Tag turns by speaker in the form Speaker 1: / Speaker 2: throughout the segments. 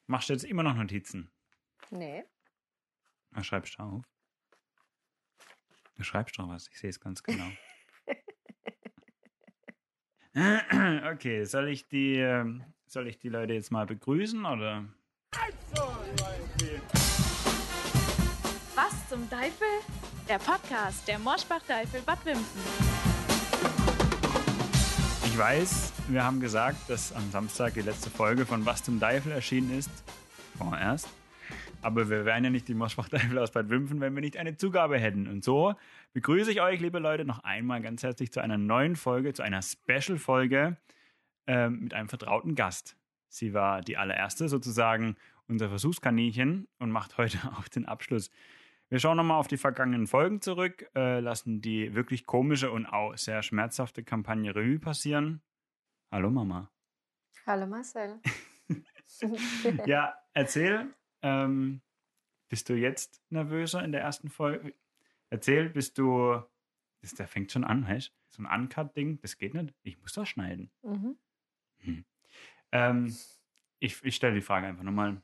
Speaker 1: Machst du jetzt immer noch Notizen?
Speaker 2: Nee.
Speaker 1: Was schreibst du auf? Du schreibst doch was, ich sehe es ganz genau. Okay, soll ich die Leute jetzt mal begrüßen, oder?
Speaker 3: Was zum Teufel? Der Podcast der Moschbach-Teufel Bad Wimpfen.
Speaker 1: Ich weiß, wir haben gesagt, dass am Samstag die letzte Folge von Was zum Teufel erschienen ist. Vorerst. Aber wir wären ja nicht die Moschbach-Teufel aus Bad Wimpfen, wenn wir nicht eine Zugabe hätten. Und so begrüße ich euch, liebe Leute, noch einmal ganz herzlich zu einer neuen Folge, zu einer Special-Folge mit einem vertrauten Gast. Sie war die allererste, sozusagen unser Versuchskaninchen, und macht heute auch den Abschluss. Wir schauen nochmal auf die vergangenen Folgen zurück, lassen die wirklich komische und auch sehr schmerzhafte Kampagne Revue passieren. Hallo Mama.
Speaker 2: Hallo Marcel.
Speaker 1: Ja, erzähl, bist du jetzt nervöser in der ersten Folge? Erzähl, der fängt schon an, weißt du? So ein Uncut-Ding, das geht nicht. Ich muss das schneiden.
Speaker 2: Mhm.
Speaker 1: Ich stelle die Frage einfach nochmal.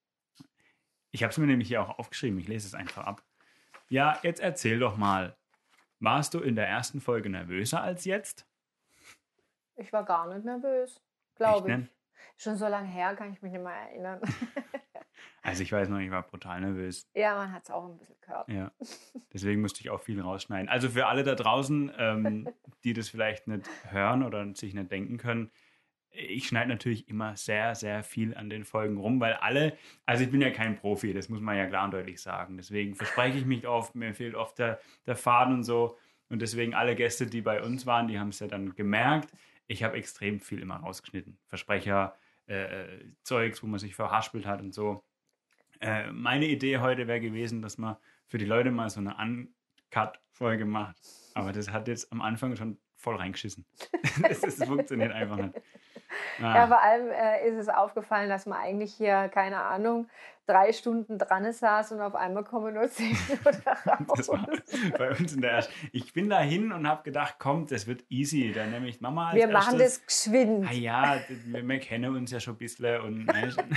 Speaker 1: Ich habe es mir nämlich hier auch aufgeschrieben. Ich lese es einfach ab. Ja, jetzt erzähl doch mal. Warst du in der ersten Folge nervöser als jetzt?
Speaker 2: Ich war gar nicht nervös, glaube
Speaker 1: Echt
Speaker 2: ich.
Speaker 1: nicht?
Speaker 2: Schon so lange her, kann ich mich nicht mehr erinnern.
Speaker 1: Also ich weiß noch, ich war brutal nervös.
Speaker 2: Ja, man hat es auch ein bisschen gehört.
Speaker 1: Ja, deswegen musste ich auch viel rausschneiden. Also für alle da draußen, die das vielleicht nicht hören oder sich nicht denken können, ich schneide natürlich immer sehr, sehr viel an den Folgen rum, weil also ich bin ja kein Profi, das muss man ja klar und deutlich sagen. Deswegen verspreche ich mich oft, mir fehlt oft der Faden und so. Und deswegen alle Gäste, die bei uns waren, die haben es ja dann gemerkt. Ich habe extrem viel immer rausgeschnitten. Versprecher, Zeugs, wo man sich verhaspelt hat und so. Meine Idee heute wäre gewesen, dass man für die Leute mal so eine Uncut-Folge macht. Aber das hat jetzt am Anfang schon voll reingeschissen. Das funktioniert einfach nicht.
Speaker 2: Ja, vor allem ist es aufgefallen, dass man eigentlich hier, keine Ahnung, 3 Stunden dran saß und auf einmal kommen nur 10 Minuten raus.
Speaker 1: Das war bei uns in der ersten. Ich bin da hin und habe gedacht, komm, das wird easy. Dann nehme ich Mama als
Speaker 2: Wir machen
Speaker 1: erstes.
Speaker 2: das geschwind.
Speaker 1: Ah ja, wir kennen uns ja schon ein bisschen. Und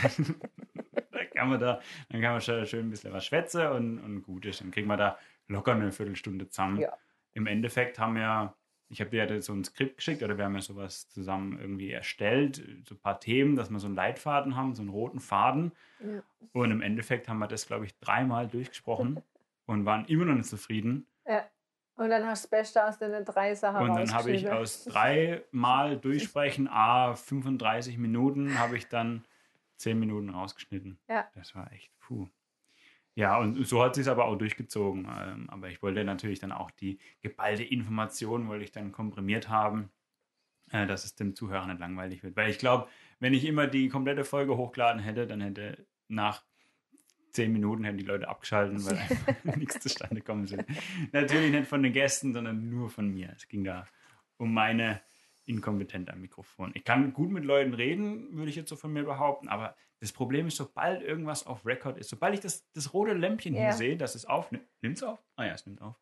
Speaker 1: dann kann man schon schön ein bisschen was schwätzen und gut ist. Dann kriegen wir da locker eine Viertelstunde zusammen.
Speaker 2: Ja.
Speaker 1: Im Endeffekt ich habe dir ja so ein Skript geschickt, oder wir haben ja sowas zusammen irgendwie erstellt, so ein paar Themen, dass wir so einen Leitfaden haben, so einen roten Faden.
Speaker 2: Ja.
Speaker 1: Und im Endeffekt haben wir das, glaube ich, 3-mal durchgesprochen und waren immer noch nicht zufrieden.
Speaker 2: Ja. Und dann hast du das Beste aus den 3 Sachen
Speaker 1: Und dann habe ich aus 3-mal durchsprechen, 35 Minuten, habe ich dann 10 Minuten rausgeschnitten.
Speaker 2: Ja.
Speaker 1: Das war echt, puh. Ja, und so hat es sich aber auch durchgezogen. Aber ich wollte natürlich dann auch die geballte Information, wollte ich dann komprimiert haben, dass es dem Zuhörer nicht langweilig wird. Weil ich glaube, wenn ich immer die komplette Folge hochgeladen hätte, dann hätte nach 10 Minuten hätten die Leute abgeschaltet, weil einfach nichts zustande gekommen ist. Natürlich nicht von den Gästen, sondern nur von mir. Es ging da um meine Inkompetenz am Mikrofon. Ich kann gut mit Leuten reden, würde ich jetzt so von mir behaupten, aber das Problem ist, sobald irgendwas auf Record ist, sobald ich das rote Lämpchen hier sehe, dass es aufnimmt. Nimmt es auf? Ah ja, es nimmt auf.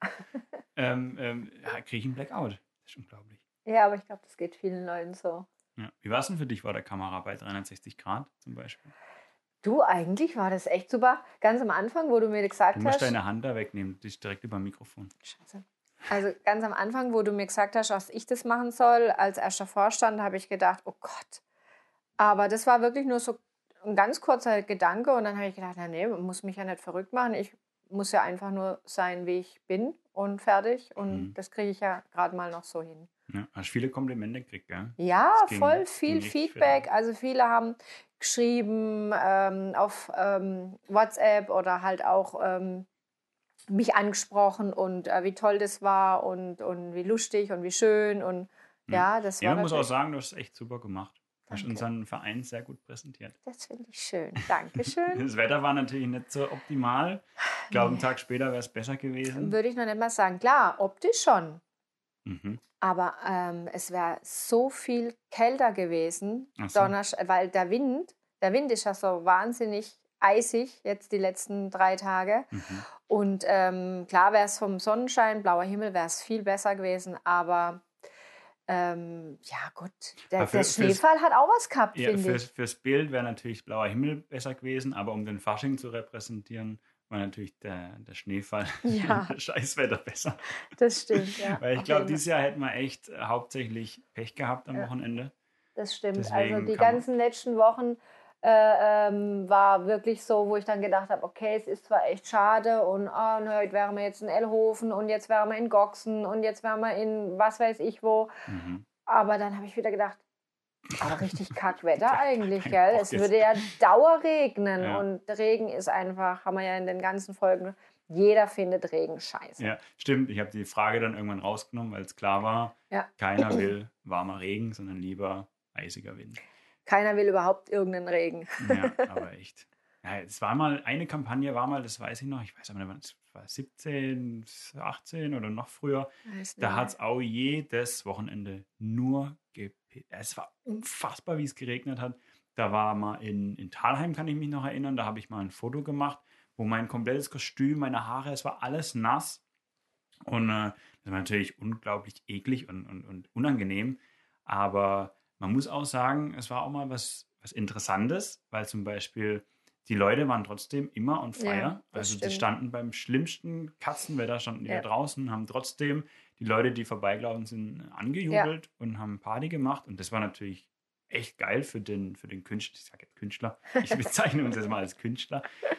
Speaker 1: Kriege ich einen Blackout. Das ist unglaublich.
Speaker 2: Ja, aber ich glaube, das geht vielen Leuten so.
Speaker 1: Ja. Wie war es denn für dich vor der Kamera bei 360 Grad zum Beispiel?
Speaker 2: Du, eigentlich war das echt super. Ganz am Anfang, wo du mir gesagt
Speaker 1: Du musst
Speaker 2: hast...
Speaker 1: deine Hand da wegnehmen, dich direkt über dem Mikrofon.
Speaker 2: Scheiße. Also ganz am Anfang, wo du mir gesagt hast, dass ich das machen soll, als erster Vorstand, habe ich gedacht, oh Gott. Aber das war wirklich nur so ein ganz kurzer Gedanke. Und dann habe ich gedacht, nee, man muss mich ja nicht verrückt machen. Ich muss ja einfach nur sein, wie ich bin und fertig. Und das kriege ich ja gerade mal noch so hin.
Speaker 1: Ja, hast viele Komplimente gekriegt, gell?
Speaker 2: Ja, voll viel
Speaker 1: ging
Speaker 2: Feedback.
Speaker 1: viel.
Speaker 2: Also viele haben geschrieben auf WhatsApp oder halt auch mich angesprochen und wie toll das war und wie lustig und wie schön. Und ja, das war
Speaker 1: man muss auch
Speaker 2: natürlich...
Speaker 1: sagen, du hast es echt super gemacht. Du hast
Speaker 2: Danke.
Speaker 1: unseren Verein sehr gut präsentiert.
Speaker 2: Das finde ich schön. Dankeschön.
Speaker 1: Das Wetter war natürlich nicht so optimal. Ich glaube, einen Tag später wäre es besser gewesen.
Speaker 2: Würde ich noch nicht mal sagen. Klar, optisch schon.
Speaker 1: Mhm.
Speaker 2: Aber es wäre so viel kälter gewesen,
Speaker 1: Ach so.
Speaker 2: weil der Wind ist ja so wahnsinnig eisig jetzt die letzten 3 Tage.
Speaker 1: Mhm.
Speaker 2: Und klar wäre es vom Sonnenschein, blauer Himmel, wäre es viel besser gewesen. Aber Ja gut,
Speaker 1: Aber
Speaker 2: der Schneefall hat auch was gehabt,
Speaker 1: Ja,
Speaker 2: finde ich.
Speaker 1: fürs Bild wäre natürlich blauer Himmel besser gewesen, aber um den Fasching zu repräsentieren, war natürlich der Schneefall,
Speaker 2: Ja,
Speaker 1: das Scheißwetter besser.
Speaker 2: das stimmt, ja.
Speaker 1: Weil ich
Speaker 2: Auf
Speaker 1: glaube,
Speaker 2: jeden Fall.
Speaker 1: dieses Jahr hätten wir echt hauptsächlich Pech gehabt am
Speaker 2: Ja,
Speaker 1: Wochenende.
Speaker 2: das stimmt. Also
Speaker 1: Deswegen
Speaker 2: die
Speaker 1: kann man,
Speaker 2: ganzen letzten Wochen war wirklich so, wo ich dann gedacht habe, okay, es ist zwar echt schade und heute wären wir jetzt in Ellhofen und jetzt wären wir in Goxen und jetzt wären wir in was weiß ich wo. Aber dann habe ich wieder gedacht, aber richtig Kackwetter eigentlich, gell?
Speaker 1: Bock
Speaker 2: Es
Speaker 1: jetzt.
Speaker 2: würde ja dauerregnen
Speaker 1: Ja.
Speaker 2: und Regen ist einfach, haben wir ja in den ganzen Folgen, jeder findet Regen scheiße.
Speaker 1: Ja, stimmt. Ich habe die Frage dann irgendwann rausgenommen, weil es klar war,
Speaker 2: Ja.
Speaker 1: keiner will warmer Regen, sondern lieber eisiger Wind.
Speaker 2: Keiner will überhaupt irgendeinen Regen.
Speaker 1: Ja, aber echt. Ja, es war mal, eine Kampagne war mal, das weiß ich noch, ich weiß aber nicht, wann es war, 17, 18 oder noch früher. Da hat es auch jedes Wochenende nur gepisst. Es war unfassbar, wie es geregnet hat. Da war mal in Thalheim, kann ich mich noch erinnern, da habe ich mal ein Foto gemacht, wo mein komplettes Kostüm, meine Haare, es war alles nass. Und das war natürlich unglaublich eklig und unangenehm. Aber man muss auch sagen, es war auch mal was Interessantes, weil zum Beispiel die Leute waren trotzdem immer on fire.
Speaker 2: Ja, das
Speaker 1: Also die
Speaker 2: stimmt.
Speaker 1: standen beim schlimmsten Katzenwetter, standen die
Speaker 2: Ja.
Speaker 1: da draußen, haben trotzdem die Leute, die vorbeigelaufen sind, angejubelt und haben Party gemacht. Und das war natürlich echt geil für den Künstler. Ich sage jetzt Künstler, ich bezeichne uns jetzt mal als Künstler.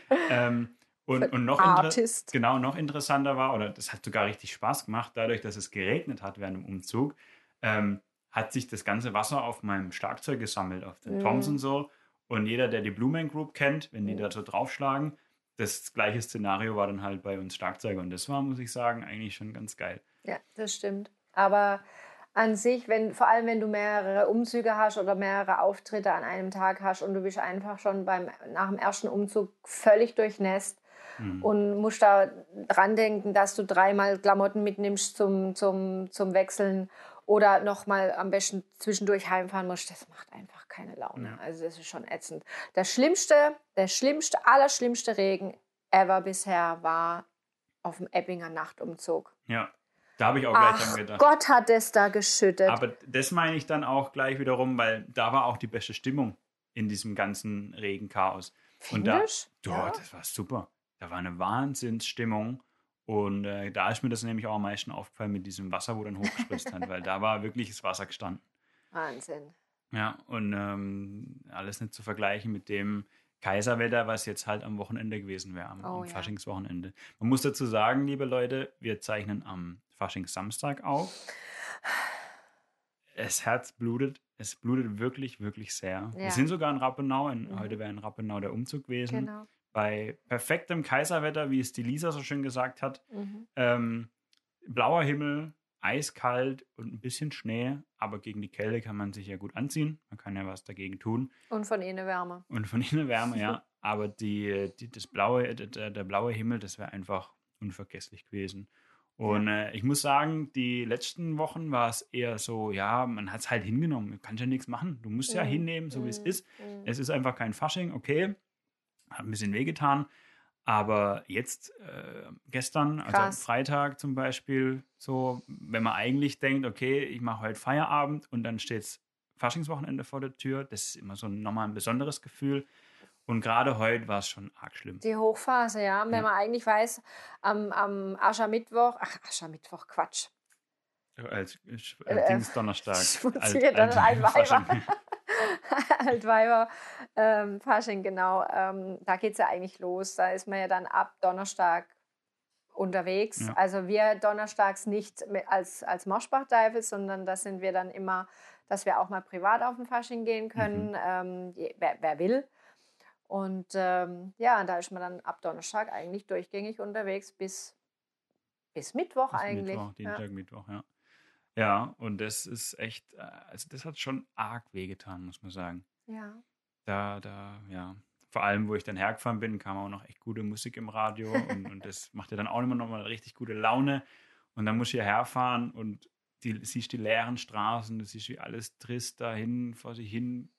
Speaker 1: Und noch,
Speaker 2: Artist.
Speaker 1: genau, noch interessanter war, oder das hat sogar richtig Spaß gemacht, dadurch, dass es geregnet hat während dem Umzug, hat sich das ganze Wasser auf meinem Schlagzeug gesammelt, auf den Toms und so. Und jeder, der die Blue Man Group kennt, wenn die da so draufschlagen, das gleiche Szenario war dann halt bei uns Schlagzeuger. Und das war, muss ich sagen, eigentlich schon ganz geil.
Speaker 2: Ja, das stimmt. Aber an sich, vor allem wenn du mehrere Umzüge hast oder mehrere Auftritte an einem Tag hast und du bist einfach schon nach dem ersten Umzug völlig durchnässt und musst da dran denken, dass du 3-mal Klamotten mitnimmst zum Wechseln oder nochmal am besten zwischendurch heimfahren musst, das macht einfach keine Laune.
Speaker 1: Ja.
Speaker 2: Also das ist schon ätzend. Der allerschlimmste Regen ever bisher war auf dem Eppinger Nachtumzug.
Speaker 1: Ja, da habe ich auch gleich dran
Speaker 2: Ach
Speaker 1: gedacht.
Speaker 2: Gott, hat es da geschüttet.
Speaker 1: Aber das meine ich dann auch gleich wiederum, weil da war auch die beste Stimmung in diesem ganzen Regenchaos. Und da,
Speaker 2: Findest? Ja.
Speaker 1: das war super. Da war eine Wahnsinnsstimmung. Und da ist mir das nämlich auch am meisten aufgefallen mit diesem Wasser, wo dann hochgespritzt hat, weil da war wirklich das Wasser gestanden.
Speaker 2: Wahnsinn.
Speaker 1: Ja, und alles nicht zu vergleichen mit dem Kaiserwetter, was jetzt halt am Wochenende gewesen wäre, am
Speaker 2: ja.
Speaker 1: Faschingswochenende. Man muss dazu sagen, liebe Leute, wir zeichnen am Faschingssamstag auf. Das Herz blutet. Es blutet wirklich, wirklich sehr.
Speaker 2: Ja.
Speaker 1: Wir sind sogar in Rappenau. Heute wäre in Rappenau der Umzug gewesen.
Speaker 2: Genau.
Speaker 1: Bei perfektem Kaiserwetter, wie es die Lisa so schön gesagt hat. Blauer Himmel, eiskalt und ein bisschen Schnee. Aber gegen die Kälte kann man sich ja gut anziehen. Man kann ja was dagegen tun.
Speaker 2: Und von innen Wärme.
Speaker 1: Und von innen Wärme, ja. Aber der blaue Himmel, das wäre einfach unvergesslich gewesen. Und ich muss sagen, die letzten Wochen war es eher so, ja, man hat es halt hingenommen. Du kannst ja nichts machen. Du musst ja hinnehmen, so wie es ist. Es ist einfach kein Fasching, okay. Hat ein bisschen wehgetan. Aber jetzt, gestern, also am Freitag zum Beispiel, so, wenn man eigentlich denkt, okay, ich mache heute Feierabend und dann steht das Faschingswochenende vor der Tür, das ist immer so nochmal ein besonderes Gefühl. Und gerade heute war es schon arg schlimm.
Speaker 2: Die Hochphase, ja. Wenn man eigentlich weiß, am Aschermittwoch, Quatsch.
Speaker 1: Als Dienstdonnerstag.
Speaker 2: Altweiber, Fasching, genau. Da geht es ja eigentlich los. Da ist man ja dann ab Donnerstag unterwegs.
Speaker 1: Ja.
Speaker 2: Also wir donnerstags nicht als Moschbach-Teufel, sondern das sind wir dann immer, dass wir auch mal privat auf den Fasching gehen können, wer will. Und da ist man dann ab Donnerstag eigentlich durchgängig unterwegs bis Mittwoch eigentlich.
Speaker 1: Dienstag, Mittwoch, ja. Ja, und das ist echt, also das hat schon arg wehgetan, muss man sagen.
Speaker 2: Ja.
Speaker 1: Ja. Vor allem, wo ich dann hergefahren bin, kam auch noch echt gute Musik im Radio und das macht ja dann auch immer noch mal richtig gute Laune. Und dann musst du hierher fahren und siehst die leeren Straßen, du siehst, wie alles trist dahin, vor sich hin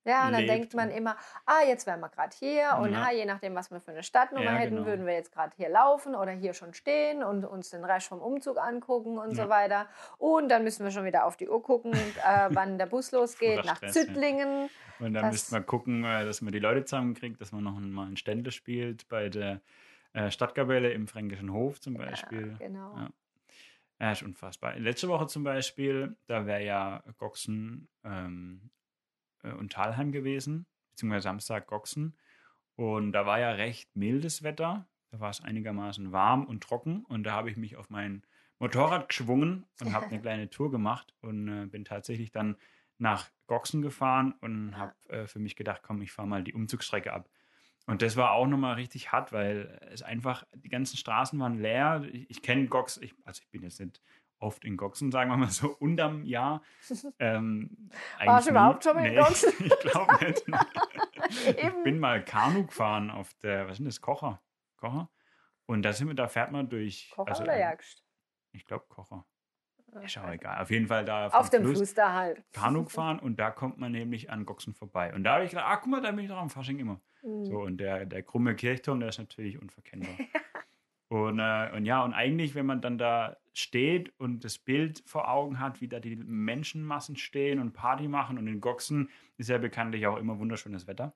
Speaker 2: Ja, und dann
Speaker 1: lebt.
Speaker 2: denkt man immer, jetzt wären wir gerade hier und
Speaker 1: Ja.
Speaker 2: je nachdem, was wir für eine Stadtnummer
Speaker 1: Ja,
Speaker 2: hätten,
Speaker 1: genau.
Speaker 2: würden wir jetzt gerade hier laufen oder hier schon stehen und uns den Rest vom Umzug angucken und
Speaker 1: Ja.
Speaker 2: so weiter. Und dann müssen wir schon wieder auf die Uhr gucken, wann der Bus losgeht, nach
Speaker 1: Stress, ja.
Speaker 2: Züttlingen.
Speaker 1: Und dann müsste man gucken, dass man die Leute zusammenkriegt, dass man noch mal ein Ständle spielt bei der Stadtkapelle im Fränkischen Hof zum Beispiel.
Speaker 2: Genau.
Speaker 1: Ja. Ja, ist unfassbar. Letzte Woche zum Beispiel, da wäre ja Goxen und Thalheim gewesen, beziehungsweise Samstag Goxen. Und da war ja recht mildes Wetter. Da war es einigermaßen warm und trocken. Und da habe ich mich auf mein Motorrad geschwungen und habe eine kleine Tour gemacht und bin tatsächlich dann nach Goxen gefahren und habe für mich gedacht, komm, ich fahre mal die Umzugsstrecke ab. Und das war auch nochmal richtig hart, weil es einfach, die ganzen Straßen waren leer. Ich kenne Gox, also ich bin jetzt nicht oft in Goxen, sagen wir mal so, unterm Jahr.
Speaker 2: Warst du überhaupt schon in Goxen?
Speaker 1: Ich glaube nicht. Ich bin mal Kanu gefahren auf der, was ist denn das, Kocher? Und da fährt man durch.
Speaker 2: Kocher oder Jagst?
Speaker 1: Ich glaube Kocher. Ist auch egal. Auf jeden Fall da
Speaker 2: auf dem Fluss da halt.
Speaker 1: Kanu gefahren und da kommt man nämlich an Goxen vorbei. Und da habe ich gedacht, guck mal, da bin ich doch am Fasching immer. So, und der krumme Kirchturm, der ist natürlich unverkennbar. und eigentlich, wenn man dann da steht und das Bild vor Augen hat, wie da die Menschenmassen stehen und Party machen und in Goxen ist ja bekanntlich auch immer wunderschönes Wetter.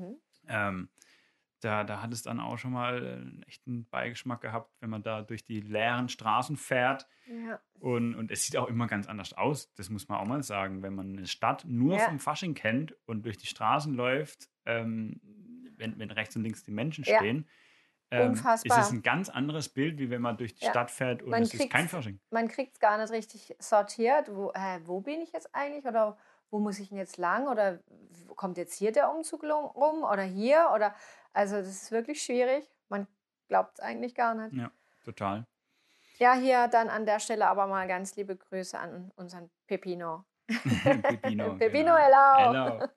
Speaker 1: Da hat es dann auch schon mal einen echten Beigeschmack gehabt, wenn man da durch die leeren Straßen fährt.
Speaker 2: Ja.
Speaker 1: Und es sieht auch immer ganz anders aus. Das muss man auch mal sagen. Wenn man eine Stadt nur vom Fasching kennt und durch die Straßen läuft, wenn rechts und links die Menschen stehen, ist es ein ganz anderes Bild, wie wenn man durch die Stadt fährt und es ist kein Fasching.
Speaker 2: Man kriegt es gar nicht richtig sortiert. Wo bin ich jetzt eigentlich? Oder wo muss ich denn jetzt lang? Oder kommt jetzt hier der Umzug rum? Oder hier? Also das ist wirklich schwierig. Man glaubt es eigentlich gar nicht.
Speaker 1: Ja, total.
Speaker 2: Ja, hier dann an der Stelle aber mal ganz liebe Grüße an unseren Pepino.
Speaker 1: Pepino,
Speaker 2: Pepino,
Speaker 1: hello.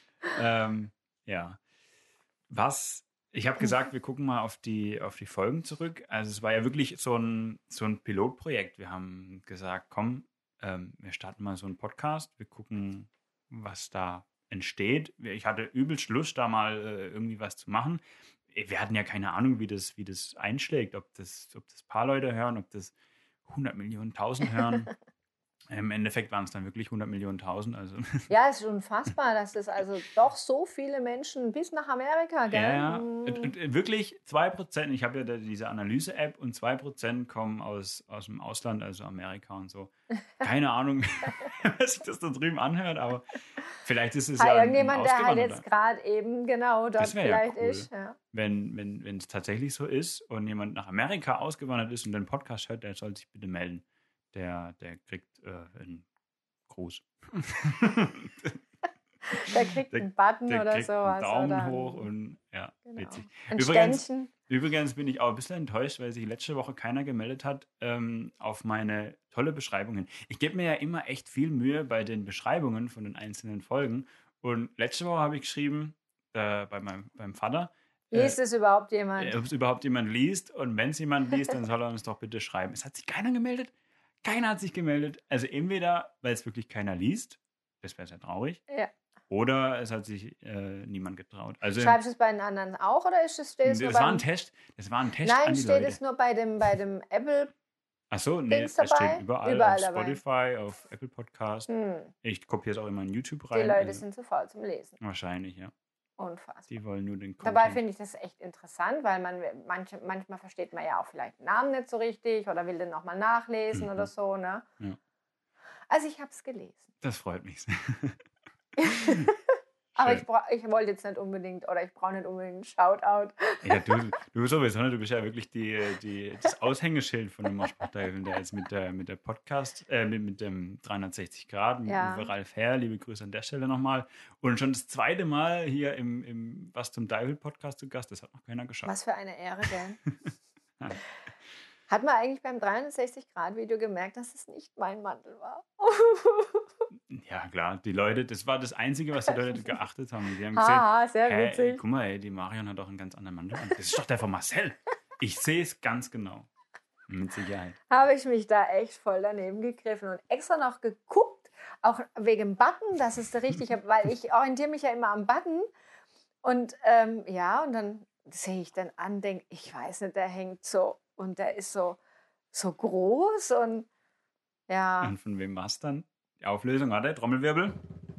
Speaker 1: Ja. Ich habe gesagt, wir gucken mal auf die Folgen zurück. Also es war ja wirklich so ein Pilotprojekt. Wir haben gesagt, komm, wir starten mal so einen Podcast. Wir gucken, was da entsteht. Ich hatte übelst Lust, da mal irgendwie was zu machen. Wir hatten ja keine Ahnung, wie das einschlägt, ob das paar Leute hören, ob das 100 Millionen, 1000 hören. Im Endeffekt waren es dann wirklich 100 Millionen, 1000. Also.
Speaker 2: Ja, es ist unfassbar, dass das also doch so viele Menschen bis nach Amerika, gell?
Speaker 1: Ja. Und wirklich 2%, ich habe ja diese Analyse-App und 2% kommen aus dem Ausland, also Amerika und so. Keine Ahnung, was sich das da drüben anhört, aber vielleicht ist es ja
Speaker 2: irgendjemand, der halt jetzt gerade eben genau dort vielleicht
Speaker 1: ja cool,
Speaker 2: ist. Ja.
Speaker 1: Wenn es tatsächlich so ist und jemand nach Amerika ausgewandert ist und den Podcast hört, der soll sich bitte melden. Der kriegt einen Gruß.
Speaker 2: Der kriegt einen Button oder sowas.
Speaker 1: Einen Daumen
Speaker 2: oder
Speaker 1: hoch und ja, genau. Witzig.
Speaker 2: Ein Ständchen.
Speaker 1: Übrigens bin ich auch ein bisschen enttäuscht, weil sich letzte Woche keiner gemeldet hat auf meine tolle Beschreibungen. Ich gebe mir ja immer echt viel Mühe bei den Beschreibungen von den einzelnen Folgen. Und letzte Woche habe ich geschrieben, beim Vater,
Speaker 2: liest es überhaupt jemand?
Speaker 1: Ob es überhaupt jemand liest. Und wenn es jemand liest, dann soll er uns doch bitte schreiben. Es hat sich keiner gemeldet. Keiner hat sich gemeldet. Also entweder, weil es wirklich keiner liest, das wäre sehr traurig, oder es hat sich niemand getraut. Also,
Speaker 2: schreibst du es bei den anderen auch oder ist es
Speaker 1: das war ein Test. Das war ein Test.
Speaker 2: Nein,
Speaker 1: an die
Speaker 2: steht
Speaker 1: Leute.
Speaker 2: es nur bei dem Apple.
Speaker 1: Achso, nee, es steht überall auf Spotify, auf Apple Podcast. Ich kopiere es auch immer in YouTube rein.
Speaker 2: Die Leute sind zu faul zum Lesen.
Speaker 1: Wahrscheinlich, ja.
Speaker 2: Unfassbar.
Speaker 1: Die wollen nur den Content.
Speaker 2: Dabei finde ich das echt interessant, weil manchmal versteht man ja auch vielleicht den Namen nicht so richtig oder will den nochmal nachlesen oder so. Ne?
Speaker 1: Ja.
Speaker 2: Also ich habe es gelesen.
Speaker 1: Das freut mich sehr.
Speaker 2: Aber ich wollte jetzt nicht unbedingt, oder ich brauche nicht unbedingt einen Shoutout.
Speaker 1: Ja, du sowieso, ne? Du bist ja wirklich das Aushängeschild von dem Moschpachtel, der jetzt mit der Podcast, mit dem 360 Grad, mit Uwe Ralf Herr, liebe Grüße an der Stelle nochmal. Und schon das zweite Mal hier im Was zum Teufel Podcast zu Gast, das hat noch keiner geschafft.
Speaker 2: Was für eine Ehre, gell? Hat man eigentlich beim 360-Grad-Video gemerkt, dass es nicht mein Mantel war?
Speaker 1: Ja, klar. Die Leute, das war das Einzige, was die Leute geachtet haben. Die haben gesehen,
Speaker 2: sehr witzig.
Speaker 1: Guck mal, die Marion hat doch einen ganz anderen Mantel an. Das ist doch der von Marcel. Ich sehe es ganz genau. Mit Sicherheit.
Speaker 2: habe ich mich da echt voll daneben gegriffen und extra noch geguckt, auch wegen Button, dass es da richtig, weil ich orientiere mich ja immer am Button und ja, und dann sehe ich dann an, denke, ich weiß nicht, der hängt so und der ist so groß und ja.
Speaker 1: Und von wem war es dann? Die Auflösung, warte, Trommelwirbel.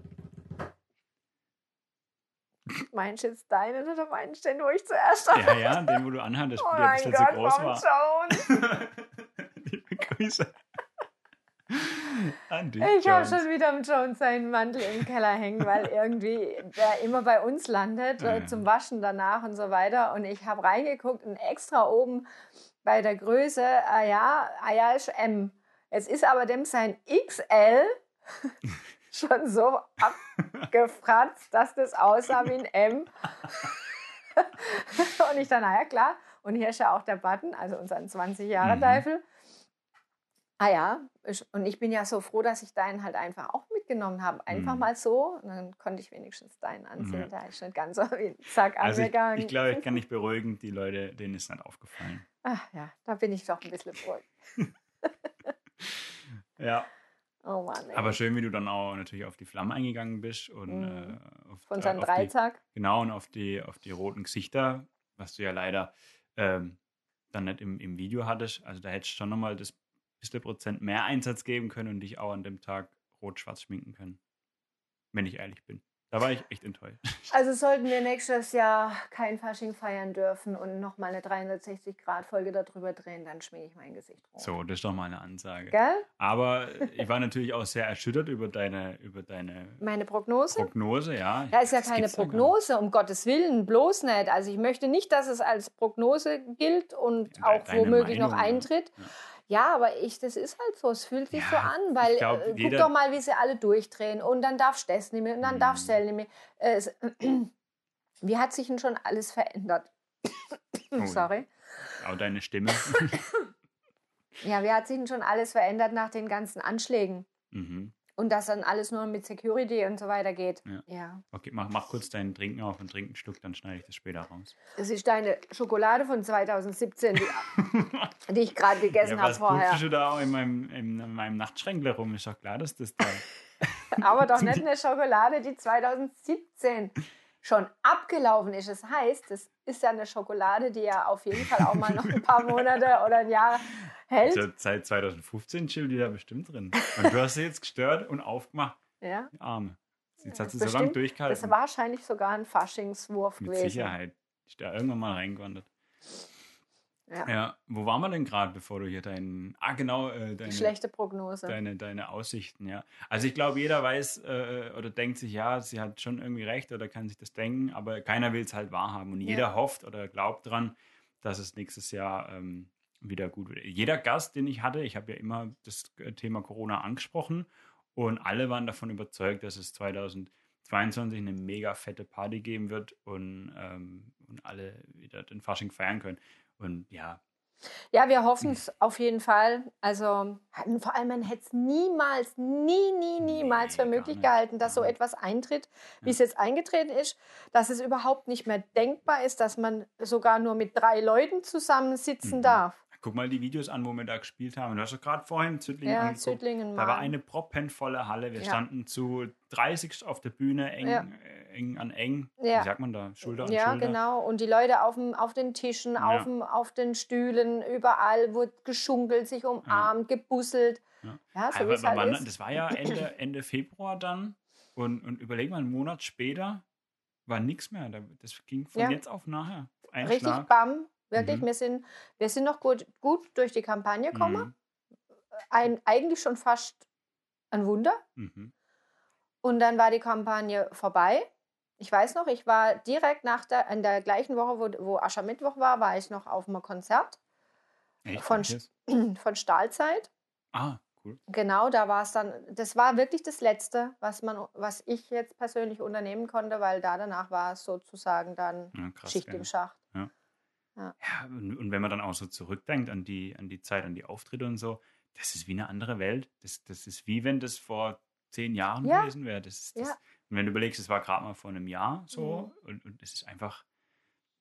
Speaker 2: Meinst du jetzt deinen oder meinst du den, wo ich zuerst habe?
Speaker 1: Ja, den, wo du anhattest,
Speaker 2: Oh
Speaker 1: der ein
Speaker 2: mein
Speaker 1: bisschen
Speaker 2: Gott,
Speaker 1: zu groß
Speaker 2: Mom
Speaker 1: war.
Speaker 2: Jones.
Speaker 1: Liebe Grüße an dich,
Speaker 2: Ich habe
Speaker 1: Jones.
Speaker 2: schon wieder am Jones seinen Mantel im Keller hängen, weil irgendwie der immer bei uns landet
Speaker 1: Ja.
Speaker 2: zum Waschen danach und so weiter. Und ich habe reingeguckt und extra oben bei der Größe, ja, ist M. Es ist aber dem sein XL schon so abgefratzt, dass das aussah wie ein M. Und ich dann, naja, klar. Und hier ist ja auch der Button, also unser 20-Jahre-Teufel. Und ich bin ja so froh, dass ich deinen halt einfach auch mitgenommen habe. Einfach mal so. Und dann konnte ich wenigstens deinen ansehen. Da ist nicht ganz so wie Zack
Speaker 1: Also
Speaker 2: angegangen.
Speaker 1: ich glaube, ich kann dich beruhigen, die Leute, denen ist nicht aufgefallen.
Speaker 2: Ach ja, da bin ich doch ein bisschen froh.
Speaker 1: Ja.
Speaker 2: Oh Mann, ey.
Speaker 1: Aber schön, wie du dann auch natürlich auf die Flammen eingegangen bist und
Speaker 2: Von seinem
Speaker 1: auf
Speaker 2: Dreizack.
Speaker 1: Genau, und auf die roten Gesichter, was du ja leider dann nicht im Video hattest. Also da hättest du schon nochmal das bisschen Prozent mehr Einsatz geben können und dich auch an dem Tag rot-schwarz schminken können. Wenn ich ehrlich bin. Da war ich echt enttäuscht.
Speaker 2: Also sollten wir nächstes Jahr kein Fasching feiern dürfen und nochmal eine 360-Grad-Folge darüber drehen, dann schminke ich mein Gesicht rot.
Speaker 1: So, das ist doch mal eine Ansage.
Speaker 2: Gell?
Speaker 1: Aber ich war natürlich auch sehr erschüttert über deine
Speaker 2: Meine Prognose?
Speaker 1: Prognose, ja.
Speaker 2: Ja, ist ja
Speaker 1: Das
Speaker 2: keine
Speaker 1: gibt's ja gar
Speaker 2: Prognose, um Gottes Willen, bloß nicht. Also ich möchte nicht, dass es als Prognose gilt und
Speaker 1: Ja,
Speaker 2: auch
Speaker 1: deine
Speaker 2: womöglich noch
Speaker 1: Meinung, ja.
Speaker 2: eintritt.
Speaker 1: Ja.
Speaker 2: Ja, aber das ist halt so, es fühlt sich
Speaker 1: Ja,
Speaker 2: so an, weil
Speaker 1: ich glaub,
Speaker 2: guck
Speaker 1: jeder-
Speaker 2: doch mal, wie sie alle durchdrehen und dann darfst du das nicht mehr und dann darfst du das nicht mehr. Wie hat sich denn schon alles verändert?
Speaker 1: Oh,
Speaker 2: Sorry.
Speaker 1: Auch deine Stimme.
Speaker 2: Ja, wie hat sich denn schon alles verändert nach den ganzen Anschlägen?
Speaker 1: Mhm.
Speaker 2: Und dass dann alles nur mit Security und so weiter geht.
Speaker 1: Ja.
Speaker 2: Ja.
Speaker 1: Okay, mach kurz deinen Trinken auf und trink ein Stück, dann schneide ich das später raus.
Speaker 2: Das ist deine Schokolade von 2017, die ich gerade gegessen habe
Speaker 1: was
Speaker 2: vorher.
Speaker 1: pupst du da auch in meinem Nachtschränkle rum? Ist doch klar, dass das da...
Speaker 2: Aber doch nicht eine Schokolade, die 2017 schon abgelaufen ist. Das heißt, das ist ja eine Schokolade, die ja auf jeden Fall auch mal noch ein paar Monate oder ein Jahr hält.
Speaker 1: Also seit 2015 chillt die da bestimmt drin. Und du hast sie jetzt gestört und aufgemacht.
Speaker 2: Ja.
Speaker 1: Die Arme. Jetzt hat
Speaker 2: Das
Speaker 1: sie so
Speaker 2: ist
Speaker 1: lange
Speaker 2: bestimmt-
Speaker 1: durchgehalten.
Speaker 2: Das war wahrscheinlich sogar ein Faschingswurf
Speaker 1: Mit
Speaker 2: gewesen.
Speaker 1: Sicherheit. Ist da irgendwann mal reingewandert.
Speaker 2: Ja.
Speaker 1: Ja, wo waren wir denn gerade, bevor du hier deine
Speaker 2: Schlechte Prognose.
Speaker 1: deine Aussichten, ja. Also ich glaube, jeder weiß oder denkt sich, ja, sie hat schon irgendwie recht oder kann sich das denken, aber keiner will es halt wahrhaben. Und jeder hofft oder glaubt dran, dass es nächstes Jahr wieder gut wird. Jeder Gast, den ich hatte, ich habe ja immer das Thema Corona angesprochen und alle waren davon überzeugt, dass es 2022 eine mega fette Party geben wird und alle wieder den Fasching feiern können. Und ja,
Speaker 2: Ja, wir hoffen es auf jeden Fall. Also vor allem, man hätte es niemals für
Speaker 1: gar
Speaker 2: möglich
Speaker 1: nicht.
Speaker 2: gehalten, dass so
Speaker 1: Ja.
Speaker 2: etwas eintritt, wie es jetzt eingetreten ist, dass es überhaupt nicht mehr denkbar ist, dass man sogar nur mit 3 Leuten zusammensitzen darf.
Speaker 1: guck mal die Videos an, wo wir da gespielt haben. Du hast doch gerade vorhin Züttlingen
Speaker 2: Ja,
Speaker 1: angeguckt.
Speaker 2: Züttlingen,
Speaker 1: Da war
Speaker 2: Mann.
Speaker 1: eine proppenvolle Halle. Wir
Speaker 2: Ja.
Speaker 1: standen zu 30 auf der Bühne,
Speaker 2: Ja.
Speaker 1: eng an eng.
Speaker 2: Ja.
Speaker 1: Wie sagt man da? Schulter an
Speaker 2: Ja,
Speaker 1: Schulter.
Speaker 2: genau. Und die Leute auf den Tischen,
Speaker 1: Ja.
Speaker 2: auf den Stühlen, überall wurde geschunkelt, sich umarmt, gebusselt.
Speaker 1: Ja.
Speaker 2: Ja, so
Speaker 1: Aber
Speaker 2: wie es halt
Speaker 1: wann-
Speaker 2: ist.
Speaker 1: Das war ja Ende Februar dann. Und überleg mal, einen Monat später war nichts mehr. Das ging von
Speaker 2: Ja.
Speaker 1: jetzt auf nachher. Ein
Speaker 2: Richtig
Speaker 1: Schlag.
Speaker 2: bam. Wirklich,
Speaker 1: Mhm.
Speaker 2: wir sind noch gut durch die Kampagne gekommen.
Speaker 1: Mhm.
Speaker 2: Eigentlich schon fast ein Wunder.
Speaker 1: Mhm.
Speaker 2: Und dann war die Kampagne vorbei. Ich weiß noch, ich war direkt in der gleichen Woche, wo Aschermittwoch war ich noch auf einem Konzert
Speaker 1: Echt?
Speaker 2: von,
Speaker 1: Welches?
Speaker 2: von Stahlzeit.
Speaker 1: Ah, cool.
Speaker 2: Genau, da war es dann, das war wirklich das Letzte, was ich jetzt persönlich unternehmen konnte, weil danach war es sozusagen dann
Speaker 1: Ja, krass,
Speaker 2: Schicht
Speaker 1: gell.
Speaker 2: im Schacht.
Speaker 1: Ja, und wenn man dann auch so zurückdenkt an die Zeit, an die Auftritte und so, das ist wie eine andere Welt. Das ist wie wenn das vor 10 Jahren
Speaker 2: Ja.
Speaker 1: gewesen wäre.
Speaker 2: Ja.
Speaker 1: Und wenn du überlegst, es war gerade mal vor einem Jahr so und es ist einfach, ja,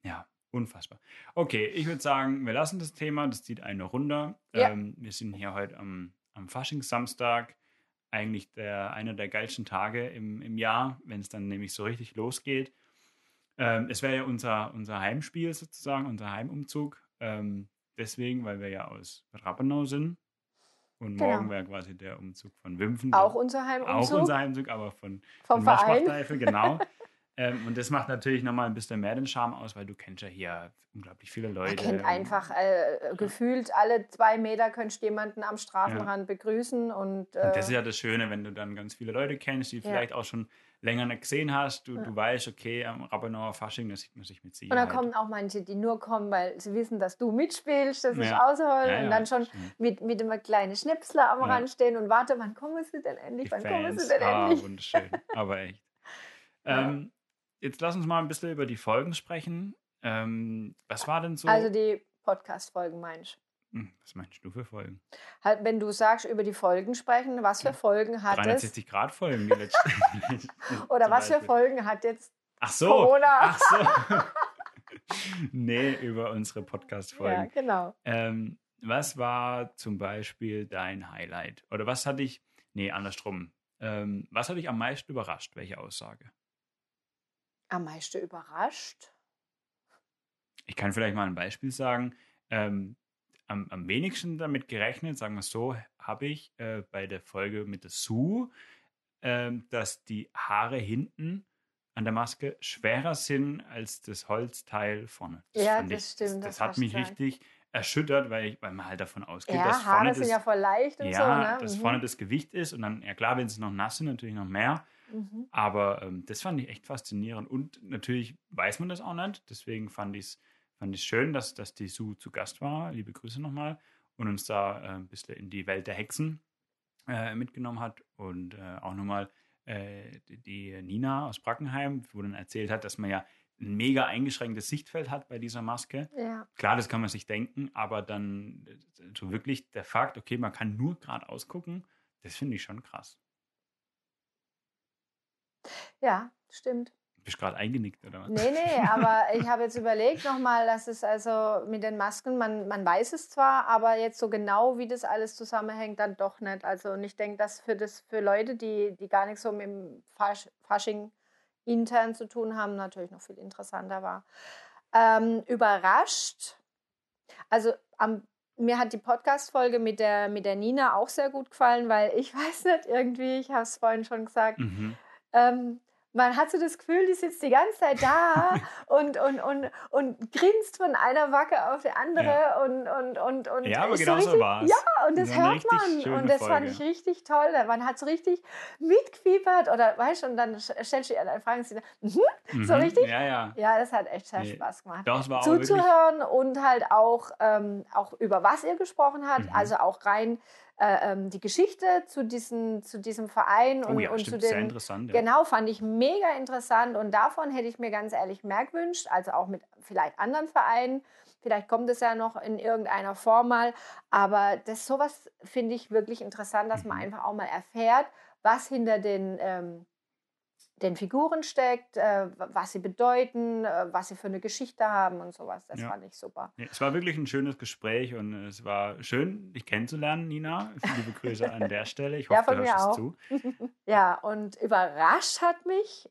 Speaker 1: Unfassbar. Okay, ich würde sagen, wir lassen das Thema, das zieht eine runter.
Speaker 2: Ja.
Speaker 1: Wir sind hier heute am Faschingssamstag, eigentlich einer der geilsten Tage im Jahr, wenn es dann nämlich so richtig losgeht. Es wäre ja unser Heimspiel sozusagen, unser Heimumzug. Deswegen, weil wir ja aus Rappenau sind. Und morgen
Speaker 2: Genau.
Speaker 1: wäre quasi der Umzug von Wimpfen.
Speaker 2: Auch unser Heimumzug.
Speaker 1: Auch unser Heimzug, aber von
Speaker 2: vom Verein.
Speaker 1: Moschbach-Eifel, genau. Und das macht natürlich nochmal ein bisschen mehr den Charme aus, weil du kennst ja hier unglaublich viele Leute.
Speaker 2: Man kennt einfach gefühlt alle 2 Meter könntest jemanden am Straßenrand begrüßen. Und
Speaker 1: das ist ja das Schöne, wenn du dann ganz viele Leute kennst, die vielleicht auch schon länger nicht gesehen hast. Du weißt, okay, am Rappenauer Fasching, da sieht man sich mit Sicherheit.
Speaker 2: Und dann kommen auch manche, die nur kommen, weil sie wissen, dass du mitspielst, das ist außerhalb. Und dann schon mit einem kleinen Schnäpsler am Rand stehen und warte, wann kommen sie denn endlich? Wann kommen sie denn endlich?
Speaker 1: Wunderschön, aber echt. Jetzt lass uns mal ein bisschen über die Folgen sprechen. Was war denn so?
Speaker 2: Also die Podcast-Folgen meinst
Speaker 1: du? Was meinst du für Folgen?
Speaker 2: Halt, wenn du sagst, über die Folgen sprechen, was für Folgen hat es?
Speaker 1: 360-Grad-Folgen, die letzten.
Speaker 2: Oder was für Folgen hat jetzt
Speaker 1: Corona?
Speaker 2: Ach
Speaker 1: so. Nee, über unsere Podcast-Folgen.
Speaker 2: Ja, genau.
Speaker 1: Was war zum Beispiel dein Highlight? Oder was hat dich, andersrum. Was hat dich am meisten überrascht? Welche Aussage?
Speaker 2: Am meisten überrascht?
Speaker 1: Ich kann vielleicht mal ein Beispiel sagen. Am wenigsten damit gerechnet, sagen wir es so, habe ich bei der Folge mit der Sue, dass die Haare hinten an der Maske schwerer sind als das Holzteil vorne.
Speaker 2: Das stimmt.
Speaker 1: Das hat mich richtig erschüttert, weil man halt davon ausgeht, dass
Speaker 2: Haare
Speaker 1: vorne
Speaker 2: sind ja voll leicht und so. Ne?
Speaker 1: dass vorne das Gewicht ist und dann, ja klar, wenn es noch nass sind, natürlich noch mehr. Aber das fand ich echt faszinierend. Und natürlich weiß man das auch nicht. Deswegen fand ich es schön, dass die Sue zu Gast war. Liebe Grüße nochmal. Und uns da ein bisschen in die Welt der Hexen mitgenommen hat. Und auch nochmal die Nina aus Brackenheim, wo dann erzählt hat, dass man ja ein mega eingeschränktes Sichtfeld hat bei dieser Maske.
Speaker 2: Ja.
Speaker 1: Klar, das kann man sich denken, aber dann so wirklich der Fakt, okay, man kann nur geradeaus gucken, das finde ich schon krass.
Speaker 2: Ja, stimmt.
Speaker 1: Bist du gerade eingenickt, oder was?
Speaker 2: Nee, aber ich habe jetzt überlegt nochmal, dass es also mit den Masken, man weiß es zwar, aber jetzt so genau, wie das alles zusammenhängt, dann doch nicht. Also und ich denke, dass für Leute, die gar nichts so mit dem Fasching intern zu tun haben, natürlich noch viel interessanter war. Überrascht, also mir hat die Podcast-Folge mit der Nina auch sehr gut gefallen, weil ich weiß nicht, irgendwie, ich habe es vorhin schon gesagt, man hat so das Gefühl, die sitzt die ganze Zeit da und grinst von einer Wacke auf die andere und
Speaker 1: ja, aber
Speaker 2: ist
Speaker 1: genau so war es.
Speaker 2: Ja, und das hört man und das fand ich richtig toll. Man hat so richtig mitgefiebert oder weißt du, und dann stellst du ihr dann Fragen, so richtig.
Speaker 1: Ja,
Speaker 2: das hat echt sehr Spaß gemacht.
Speaker 1: Das war
Speaker 2: zuzuhören und halt auch über was ihr gesprochen hat, also auch rein die Geschichte zu diesem Verein und
Speaker 1: stimmt,
Speaker 2: zu den,
Speaker 1: sehr interessant.
Speaker 2: Ja. Genau, fand ich mega interessant und davon hätte ich mir ganz ehrlich mehr gewünscht, also auch mit vielleicht anderen Vereinen. Vielleicht kommt es ja noch in irgendeiner Form mal, aber sowas finde ich wirklich interessant, dass man einfach auch mal erfährt, was hinter den Figuren steckt, was sie bedeuten, was sie für eine Geschichte haben und sowas. Das fand ich super.
Speaker 1: Ja, es war wirklich ein schönes Gespräch und es war schön, dich kennenzulernen, Nina. Liebe Grüße an der Stelle. Ich hoffe, du hörst es zu.
Speaker 2: Ja, und überrascht hat mich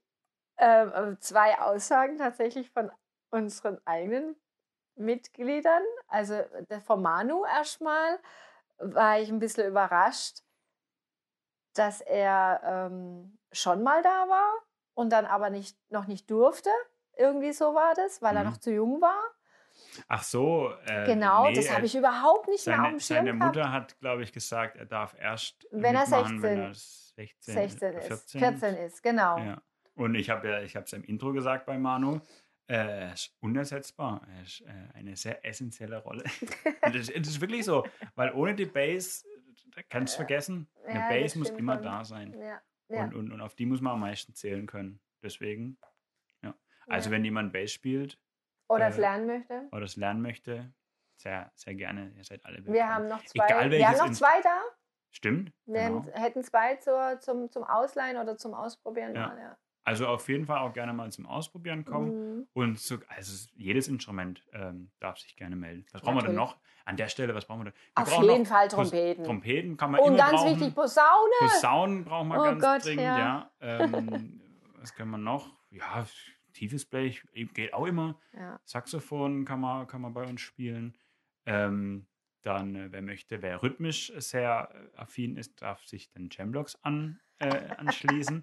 Speaker 2: 2 Aussagen tatsächlich von unseren eigenen Mitgliedern. Also von Manu erstmal war ich ein bisschen überrascht, dass er schon mal da war und dann aber noch nicht durfte. Irgendwie so war das, weil er noch zu jung war.
Speaker 1: Ach so.
Speaker 2: Genau, das habe ich überhaupt nicht mehr auf dem Schirm
Speaker 1: Seine Mutter hat, glaube ich, gesagt, er darf erst
Speaker 2: wenn er
Speaker 1: 16
Speaker 2: ist. 14 ist, genau.
Speaker 1: Ja. Und ich habe es im Intro gesagt bei Manu, er ist unersetzbar. Er ist eine sehr essentielle Rolle. Und das ist wirklich so, weil ohne die Base, da kannst du vergessen, eine Base muss immer da sein.
Speaker 2: Ja.
Speaker 1: Und auf die muss man am meisten zählen können. Deswegen, ja. Also wenn jemand Base spielt
Speaker 2: oder es lernen möchte,
Speaker 1: sehr, sehr gerne. Ihr seid alle willkommen.
Speaker 2: Wir haben noch 2 da.
Speaker 1: Stimmt.
Speaker 2: Wir hätten 2 zum Ausleihen oder zum Ausprobieren.
Speaker 1: Ja.
Speaker 2: Mal, ja.
Speaker 1: Also auf jeden Fall auch gerne mal zum Ausprobieren kommen. Und also jedes Instrument darf sich gerne melden. Was brauchen wir denn noch? An der Stelle, was brauchen wir denn?
Speaker 2: Auf jeden Fall Trompeten.
Speaker 1: Trompeten kann man
Speaker 2: Und
Speaker 1: immer
Speaker 2: ganz
Speaker 1: brauchen.
Speaker 2: wichtig, Posaune.
Speaker 1: Posaunen brauchen wir ganz
Speaker 2: Gott,
Speaker 1: dringend,
Speaker 2: ja.
Speaker 1: Was können wir noch? Ja, tiefes Blech geht auch immer.
Speaker 2: Ja.
Speaker 1: Saxophon kann man bei uns spielen. Dann, wer rhythmisch sehr affin ist, darf sich den Jamblocks anschließen.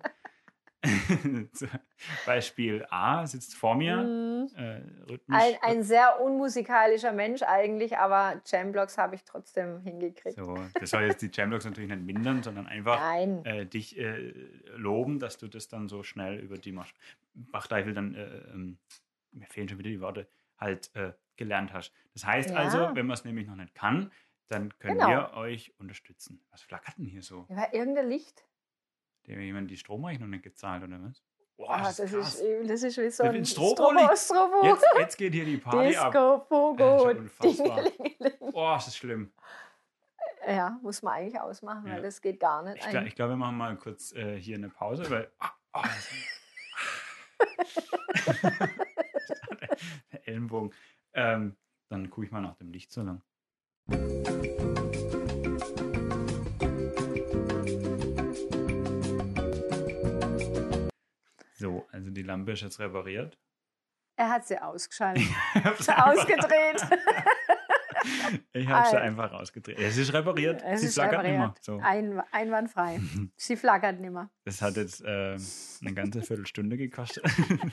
Speaker 1: Beispiel A sitzt vor mir. Rhythmisch.
Speaker 2: Ein sehr unmusikalischer Mensch eigentlich, aber Jamblocks habe ich trotzdem hingekriegt.
Speaker 1: So, das soll jetzt die Jamblocks natürlich nicht mindern, sondern einfach dich loben, dass du das dann so schnell über die Bachdeifel dann, mir fehlen schon wieder die Worte, halt gelernt hast. Das heißt also, wenn man es nämlich noch nicht kann, dann können wir euch unterstützen. Was flackert denn hier so?
Speaker 2: Ja, irgendein Licht.
Speaker 1: Dem jemand die Stromrechnung nicht gezahlt, oder was?
Speaker 2: Boah, das ist wie so ein
Speaker 1: Strobo. Jetzt geht hier die Party ab.
Speaker 2: Disco, Pogo,
Speaker 1: unfassbar. Boah, das ist schlimm.
Speaker 2: Ja, muss man eigentlich ausmachen, weil das geht gar nicht.
Speaker 1: Ich glaube, wir machen mal kurz hier eine Pause, weil der Ellenbogen. Dann gucke ich mal nach dem Licht so lang. So, also die Lampe ist jetzt repariert.
Speaker 2: Er hat sie ausgeschaltet. Ausgedreht.
Speaker 1: Ich habe sie einfach ausgedreht. Es ist repariert. Sie flackert nicht mehr. So.
Speaker 2: Einwandfrei. Sie flackert nicht mehr.
Speaker 1: Das hat jetzt eine ganze Viertelstunde gekostet.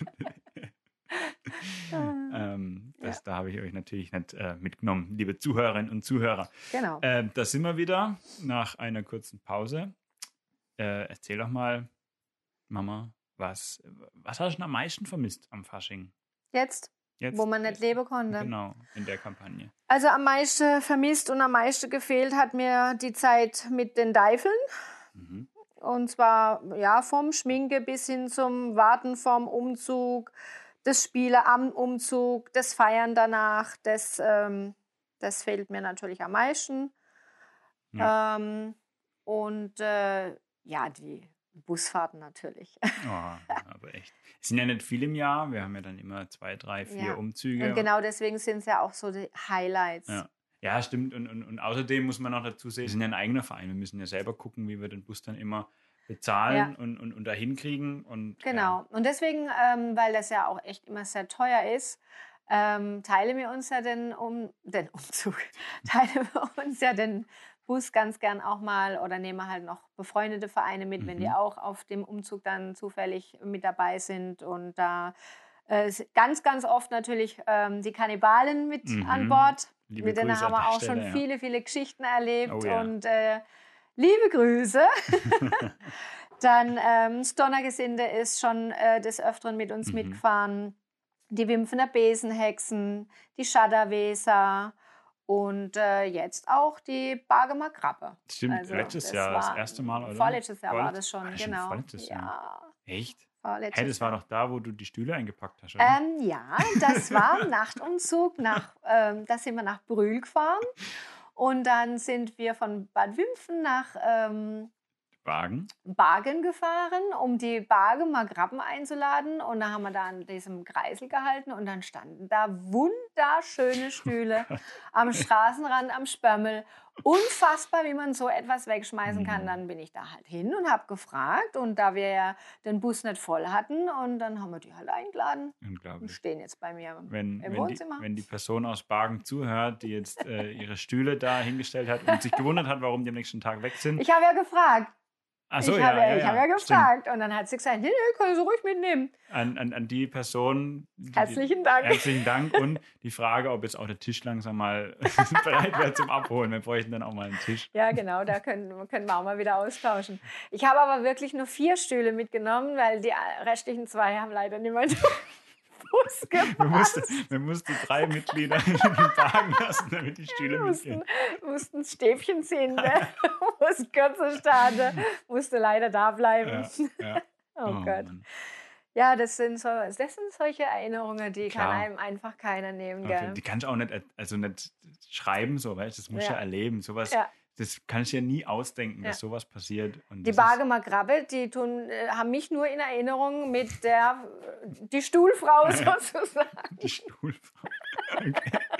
Speaker 1: Da habe ich euch natürlich nicht mitgenommen, liebe Zuhörerinnen und Zuhörer.
Speaker 2: Genau.
Speaker 1: Da sind wir wieder nach einer kurzen Pause. Erzähl doch mal, Mama, was hast du denn am meisten vermisst am Fasching?
Speaker 2: Jetzt, wo man nicht leben konnte.
Speaker 1: Genau, in der Kampagne.
Speaker 2: Also am meisten vermisst und am meisten gefehlt hat mir die Zeit mit den Deifeln. Mhm. Und zwar vom Schminke bis hin zum Warten vorm Umzug, das Spielen am Umzug, das Feiern danach. Das fehlt mir natürlich am meisten. Ja. Die Busfahrten natürlich.
Speaker 1: Oh, aber echt. Es sind ja nicht viele im Jahr. Wir haben ja dann immer 2, 3, 4 Umzüge.
Speaker 2: Und genau deswegen sind es ja auch so die Highlights.
Speaker 1: Ja, stimmt. Und außerdem muss man noch dazu sehen, wir sind ja ein eigener Verein. Wir müssen ja selber gucken, wie wir den Bus dann immer bezahlen und dahin kriegen.
Speaker 2: Genau. Und deswegen, weil das ja auch echt immer sehr teuer ist, teilen wir uns ja den Umzug. Teilen wir uns ja den Bus ganz gern auch mal oder nehmen halt noch befreundete Vereine mit, wenn die auch auf dem Umzug dann zufällig mit dabei sind. Und da ganz, ganz oft natürlich die Kannibalen mit an Bord. Mit denen haben wir auch schon viele, viele Geschichten erlebt. Oh, ja. Und liebe Grüße. Dann das Donnergesinde ist schon des Öfteren mit uns mitgefahren. Die Wimpfener Besenhexen, die Schadderweser. Und jetzt auch die Bargemer Krabbe.
Speaker 1: Stimmt, also, letztes Jahr das erste Mal, oder?
Speaker 2: Vorletztes Jahr war das schon, genau.
Speaker 1: Vorletztes Jahr. Echt?
Speaker 2: Hey,
Speaker 1: das war doch da, wo du die Stühle eingepackt hast,
Speaker 2: oder? Ja, das war ein Nachtumzug. Da sind wir nach Brühl gefahren. Und dann sind wir von Bad Wimpfen nach Bargen gefahren, um die Bargemer Krabben einzuladen. Und da haben wir da an diesem Kreisel gehalten und dann standen da wunderschöne Stühle am Straßenrand, am Spörmel. Unfassbar, wie man so etwas wegschmeißen kann. Dann bin ich da halt hin und habe gefragt. Und da wir ja den Bus nicht voll hatten, und dann haben wir die halt eingeladen.
Speaker 1: Unglaublich.
Speaker 2: Und stehen jetzt bei mir im Wohnzimmer.
Speaker 1: Wenn die Person aus Bargen zuhört, die jetzt ihre Stühle da hingestellt hat und sich gewundert hat, warum die am nächsten Tag weg sind.
Speaker 2: Ich habe ja gefragt.
Speaker 1: Ach so,
Speaker 2: ich habe ja gefragt. Stimmt. Und dann hat sie gesagt, nee, können Sie ruhig mitnehmen.
Speaker 1: An die Person.
Speaker 2: Herzlichen Dank.
Speaker 1: Herzlichen Dank. Und die Frage, ob jetzt auch der Tisch langsam mal bereit wäre zum Abholen. Wir bräuchten dann auch mal einen Tisch.
Speaker 2: Ja, genau, da können wir auch mal wieder austauschen. Ich habe aber wirklich nur 4 Stühle mitgenommen, weil die restlichen 2 haben leider niemand Bus gepasst.
Speaker 1: Wir mussten 3 Mitglieder in den Wagen lassen, damit die Stühle mitgehen.
Speaker 2: Wir mussten das Stäbchen ziehen, ne? Mussten kürzer starten, musste leider da bleiben.
Speaker 1: Ja.
Speaker 2: Oh Gott. Mann. Ja, das sind solche Erinnerungen, die kann einem einfach keiner nehmen. Gell?
Speaker 1: Die kannst du auch nicht schreiben, so, weißt? Das musst du ja erleben. Sowas das kann ich ja nie ausdenken, dass sowas passiert. Und
Speaker 2: Die Bargemer Krabbe, die haben mich nur in Erinnerung mit die Stuhlfrau sozusagen.
Speaker 1: Die Stuhlfrau. Okay.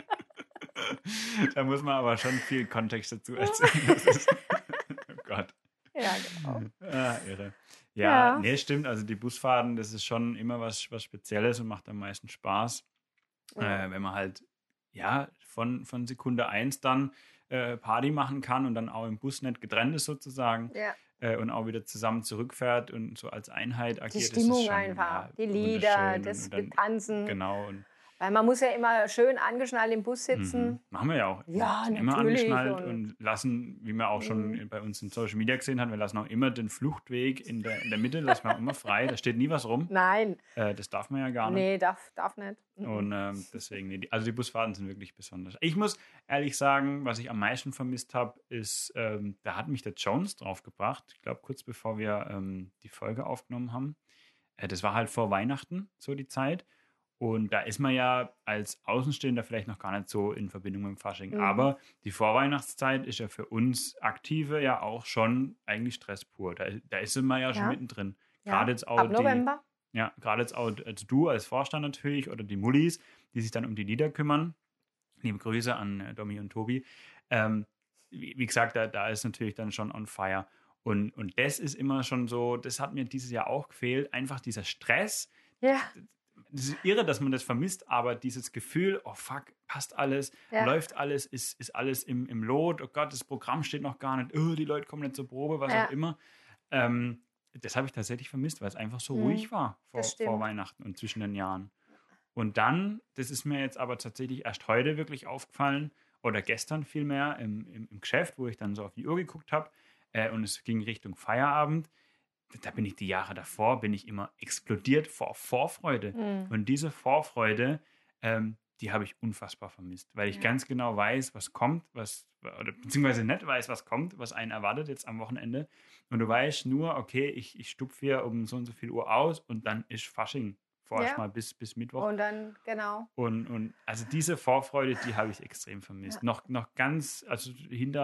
Speaker 1: Da muss man aber schon viel Kontext dazu erzählen. Oh Gott.
Speaker 2: Ja, genau.
Speaker 1: Irre. Ja, nee, stimmt. Also die Busfahrten, das ist schon immer was Spezielles und macht am meisten Spaß. Wenn man halt, von Sekunde 1 dann Party machen kann und dann auch im Bus nicht getrennt ist sozusagen.
Speaker 2: Ja.
Speaker 1: Und auch wieder zusammen zurückfährt und so als Einheit agiert.
Speaker 2: Die Stimmung
Speaker 1: das ist schon,
Speaker 2: einfach, die Lieder, das Tanzen.
Speaker 1: Genau. Und
Speaker 2: weil man muss ja immer schön angeschnallt im Bus sitzen.
Speaker 1: machen wir ja auch.
Speaker 2: Ja,
Speaker 1: wir sind immer
Speaker 2: natürlich.
Speaker 1: angeschnallt und lassen, wie man auch schon bei uns in Social Media gesehen hat, wir lassen auch immer den Fluchtweg in der Mitte, lassen wir auch immer frei. Da steht nie was rum.
Speaker 2: Nein.
Speaker 1: Das darf man ja gar nicht.
Speaker 2: Nee, darf nicht.
Speaker 1: Und deswegen, also die Busfahrten sind wirklich besonders. Ich muss ehrlich sagen, was ich am meisten vermisst habe, ist, da hat mich der Jones draufgebracht. Ich glaube, kurz bevor wir die Folge aufgenommen haben. Das war halt vor Weihnachten, so die Zeit. Und da ist man ja als Außenstehender vielleicht noch gar nicht so in Verbindung mit dem Fasching. Aber die Vorweihnachtszeit ist ja für uns Aktive ja auch schon eigentlich Stress pur. Da ist man ja schon mittendrin. Gerade jetzt auch
Speaker 2: ab November.
Speaker 1: Gerade jetzt auch als du als Vorstand natürlich oder die Mullis, die sich dann um die Lieder kümmern. Liebe Grüße an Domi und Tobi. Wie gesagt, da ist natürlich dann schon on fire. Und das ist immer schon so, das hat mir dieses Jahr auch gefehlt. Einfach dieser Stress.
Speaker 2: Ja.
Speaker 1: Das ist irre, dass man das vermisst, aber dieses Gefühl, oh fuck, passt alles, läuft alles, ist alles im Lot, oh Gott, das Programm steht noch gar nicht, die Leute kommen nicht zur Probe, was auch immer. Das habe ich tatsächlich vermisst, weil es einfach so ruhig war vor Weihnachten und zwischen den Jahren. Und dann, das ist mir jetzt aber tatsächlich erst heute wirklich aufgefallen, oder gestern vielmehr im Geschäft, wo ich dann so auf die Uhr geguckt habe und es ging Richtung Feierabend. Da bin ich die Jahre davor, bin ich immer explodiert vor Vorfreude. Und diese Vorfreude, die habe ich unfassbar vermisst, weil ich ganz genau weiß, was kommt, oder beziehungsweise nicht weiß, was kommt, was einen erwartet jetzt am Wochenende. Und du weißt nur, okay, ich stupfe hier um so und so viel Uhr aus und dann ist Fasching vorerst mal bis Mittwoch.
Speaker 2: Und dann, genau.
Speaker 1: Und also diese Vorfreude, die habe ich extrem vermisst. Noch ganz, also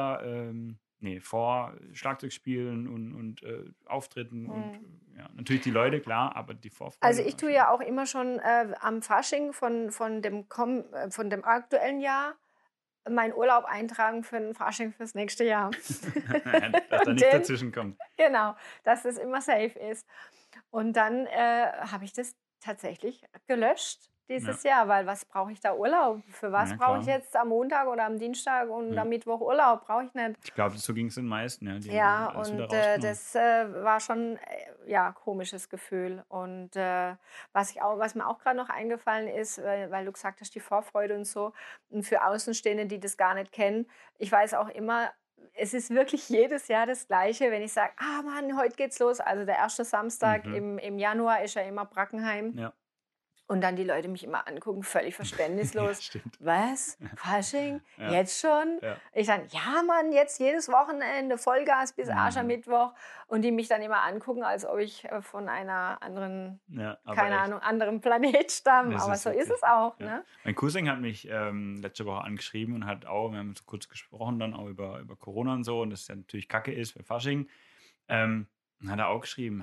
Speaker 1: vor Schlagzeugspielen und Auftritten und natürlich die Leute, klar, aber die Vorfreude.
Speaker 2: Also ich tue ja auch immer schon am Fasching von dem aktuellen Jahr meinen Urlaub eintragen für den Fasching fürs nächste Jahr.
Speaker 1: Dass da nichts dazwischen kommt.
Speaker 2: Genau, dass das immer safe ist. Und dann habe ich das tatsächlich gelöscht dieses Jahr, weil was brauche ich da Urlaub? Für was brauche ich jetzt am Montag oder am Dienstag und am Mittwoch Urlaub? Brauche ich nicht.
Speaker 1: Ich glaube, so ging es den meisten.
Speaker 2: Und das war schon komisches Gefühl. Und was mir auch gerade noch eingefallen ist, weil du gesagt hast, die Vorfreude und so, und für Außenstehende, die das gar nicht kennen, ich weiß auch immer, es ist wirklich jedes Jahr das Gleiche, wenn ich sage, Mann, heute geht's los. Also der erste Samstag im Januar ist ja immer Brackenheim. Ja. Und dann die Leute mich immer angucken, völlig verständnislos. Was? Fasching? Jetzt schon? Ja. Ich sage, ja Mann, jetzt jedes Wochenende Vollgas bis Aschermittwoch. Und die mich dann immer angucken, als ob ich von einer anderen, anderen Planet stamme. Aber so ist es auch. Ne?
Speaker 1: Mein Cousin hat mich letzte Woche angeschrieben und hat auch, wir haben so kurz gesprochen dann auch über Corona und so und dass es ja natürlich Kacke ist für Fasching. Und hat er auch geschrieben,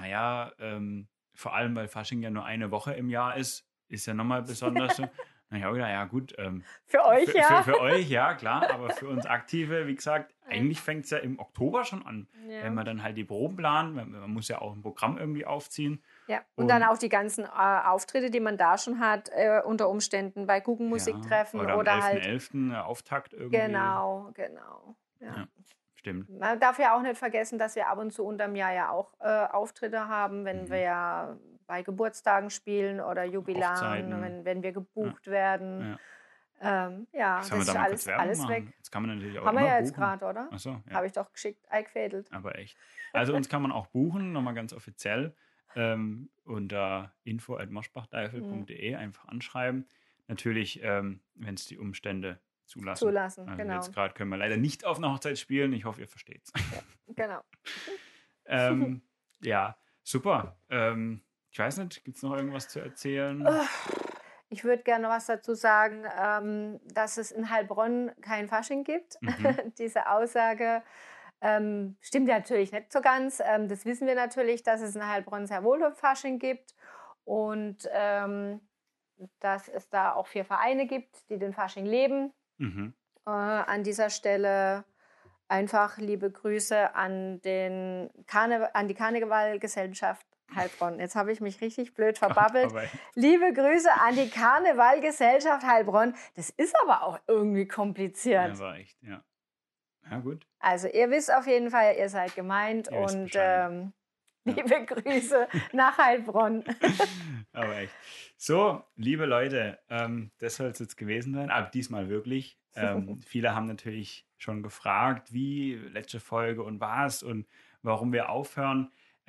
Speaker 1: vor allem, weil Fasching ja nur eine Woche im Jahr ist ja nochmal besonders so. Na ja, ja gut.
Speaker 2: Für euch,
Speaker 1: Für euch, ja, klar. Aber für uns Aktive, wie gesagt, eigentlich fängt es ja im Oktober schon an. Ja. Wenn man dann halt die Proben planen, man muss ja auch ein Programm irgendwie aufziehen.
Speaker 2: Ja, und dann auch die ganzen Auftritte, die man da schon hat, unter Umständen bei Guggenmusiktreffen oder
Speaker 1: am
Speaker 2: halt
Speaker 1: 11.11. Auftakt irgendwie.
Speaker 2: Genau.
Speaker 1: Ja. Stimmt.
Speaker 2: Man darf ja auch nicht vergessen, dass wir ab und zu unterm Jahr ja auch Auftritte haben, wenn wir ja bei Geburtstagen spielen oder Jubilaren, wenn wir gebucht werden. Das ist alles weg.
Speaker 1: Das kann man natürlich auch
Speaker 2: haben
Speaker 1: immer
Speaker 2: wir ja
Speaker 1: buchen.
Speaker 2: jetzt gerade, oder?
Speaker 1: Ach so, ja.
Speaker 2: Habe ich doch geschickt eingefädelt.
Speaker 1: Aber echt. Also uns kann man auch buchen, nochmal ganz offiziell, unter info@moschbachdeifel.de einfach anschreiben. Natürlich, wenn es die Umstände zulassen. Also
Speaker 2: genau.
Speaker 1: Jetzt gerade können wir leider nicht auf einer Hochzeit spielen. Ich hoffe, ihr versteht's.
Speaker 2: Ja, genau.
Speaker 1: Ja, super. Ich weiß nicht, gibt es noch irgendwas zu erzählen?
Speaker 2: Ich würde gerne was dazu sagen, dass es in Heilbronn kein Fasching gibt. Diese Aussage stimmt ja natürlich nicht so ganz. Das wissen wir natürlich, dass es in Heilbronn sehr wohl Fasching gibt und dass es da auch 4 Vereine gibt, die den Fasching leben. An dieser Stelle einfach liebe Grüße an die Karnevalgesellschaft Heilbronn. Jetzt habe ich mich richtig blöd verbabbelt. Liebe Grüße an die Karnevalgesellschaft Heilbronn. Das ist aber auch irgendwie kompliziert.
Speaker 1: Ja, war echt, ja. Ja, gut.
Speaker 2: Also ihr wisst auf jeden Fall, ihr seid gemeint und liebe Grüße nach Heilbronn.
Speaker 1: Aber echt. So, liebe Leute, das soll es jetzt gewesen sein, aber diesmal wirklich. Viele haben natürlich schon gefragt, wie, letzte Folge und was und warum wir aufhören.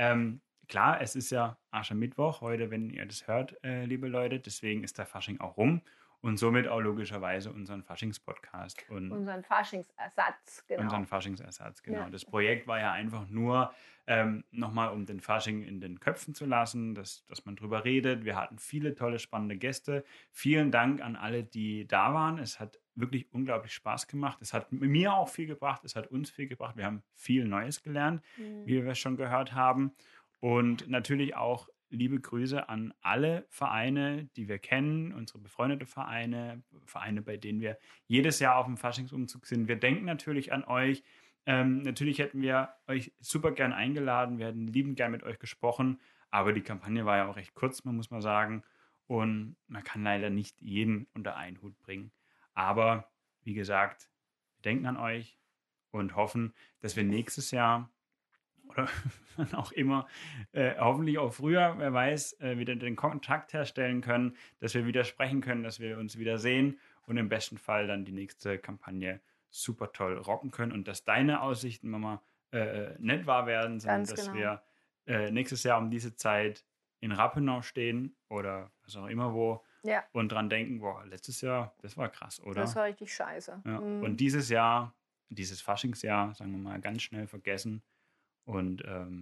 Speaker 1: Klar, es ist ja Aschermittwoch heute, wenn ihr das hört, liebe Leute. Deswegen ist der Fasching auch rum und somit auch logischerweise unseren Faschings-Podcast.
Speaker 2: Unseren Faschingsersatz, genau.
Speaker 1: Unseren Faschingsersatz, genau.
Speaker 2: Ja.
Speaker 1: Das Projekt war ja einfach nur, nochmal um den Fasching in den Köpfen zu lassen, dass man drüber redet. Wir hatten viele tolle, spannende Gäste. Vielen Dank an alle, die da waren. Es hat wirklich unglaublich Spaß gemacht. Es hat mir auch viel gebracht. Es hat uns viel gebracht. Wir haben viel Neues gelernt, wie wir schon gehört haben. Und natürlich auch liebe Grüße an alle Vereine, die wir kennen, unsere befreundete Vereine, bei denen wir jedes Jahr auf dem Faschingsumzug sind. Wir denken natürlich an euch. Natürlich hätten wir euch super gern eingeladen. Wir hätten liebend gern mit euch gesprochen. Aber die Kampagne war ja auch recht kurz, muss man sagen. Und man kann leider nicht jeden unter einen Hut bringen. Aber wie gesagt, wir denken an euch und hoffen, dass wir nächstes Jahr oder wann auch immer, hoffentlich auch früher, wer weiß, wieder den Kontakt herstellen können, dass wir wieder sprechen können, dass wir uns wieder sehen und im besten Fall dann die nächste Kampagne super toll rocken können und dass deine Aussichten, Mama, nicht wahr werden, sondern dass wir nächstes Jahr um diese Zeit in Rappenau stehen oder was auch immer wo und dran denken, boah, letztes Jahr, das war krass, oder?
Speaker 2: Das war richtig scheiße.
Speaker 1: Ja. Und dieses Jahr, dieses Faschingsjahr, sagen wir mal, ganz schnell vergessen und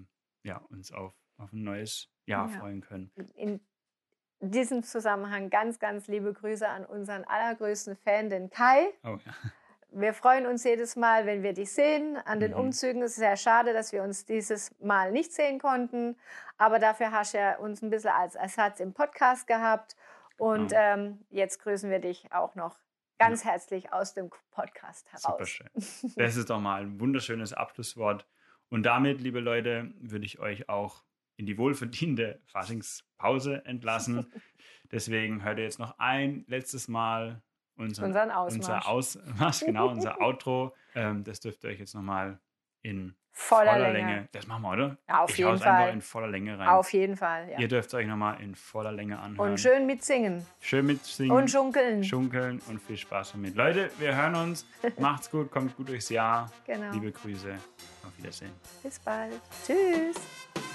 Speaker 1: uns auf ein neues Jahr freuen können.
Speaker 2: In diesem Zusammenhang ganz, ganz liebe Grüße an unseren allergrößten Fan, den Kai.
Speaker 1: Oh, ja.
Speaker 2: Wir freuen uns jedes Mal, wenn wir dich sehen. An den Umzügen ist es sehr schade, dass wir uns dieses Mal nicht sehen konnten. Aber dafür hast du ja uns ein bisschen als Ersatz im Podcast gehabt. Und jetzt grüßen wir dich auch noch ganz herzlich aus dem Podcast heraus.
Speaker 1: Super schön. Das ist doch mal ein wunderschönes Abschlusswort. Und damit, liebe Leute, würde ich euch auch in die wohlverdiente Faschingspause entlassen. Deswegen hört ihr jetzt noch ein letztes Mal unser Outro. Das dürft ihr euch jetzt nochmal in voller Länge. Das machen wir, oder?
Speaker 2: Ja, auf jeden Fall.
Speaker 1: Ich hau's einfach in voller Länge rein.
Speaker 2: Auf jeden Fall, ja.
Speaker 1: Ihr dürft euch nochmal in voller Länge anhören.
Speaker 2: Und schön mitsingen.
Speaker 1: Schön mitsingen.
Speaker 2: Und schunkeln.
Speaker 1: Schunkeln und viel Spaß damit. Leute, wir hören uns. Macht's gut, kommt gut durchs Jahr.
Speaker 2: Genau.
Speaker 1: Liebe Grüße. Auf Wiedersehen.
Speaker 2: Bis bald. Tschüss.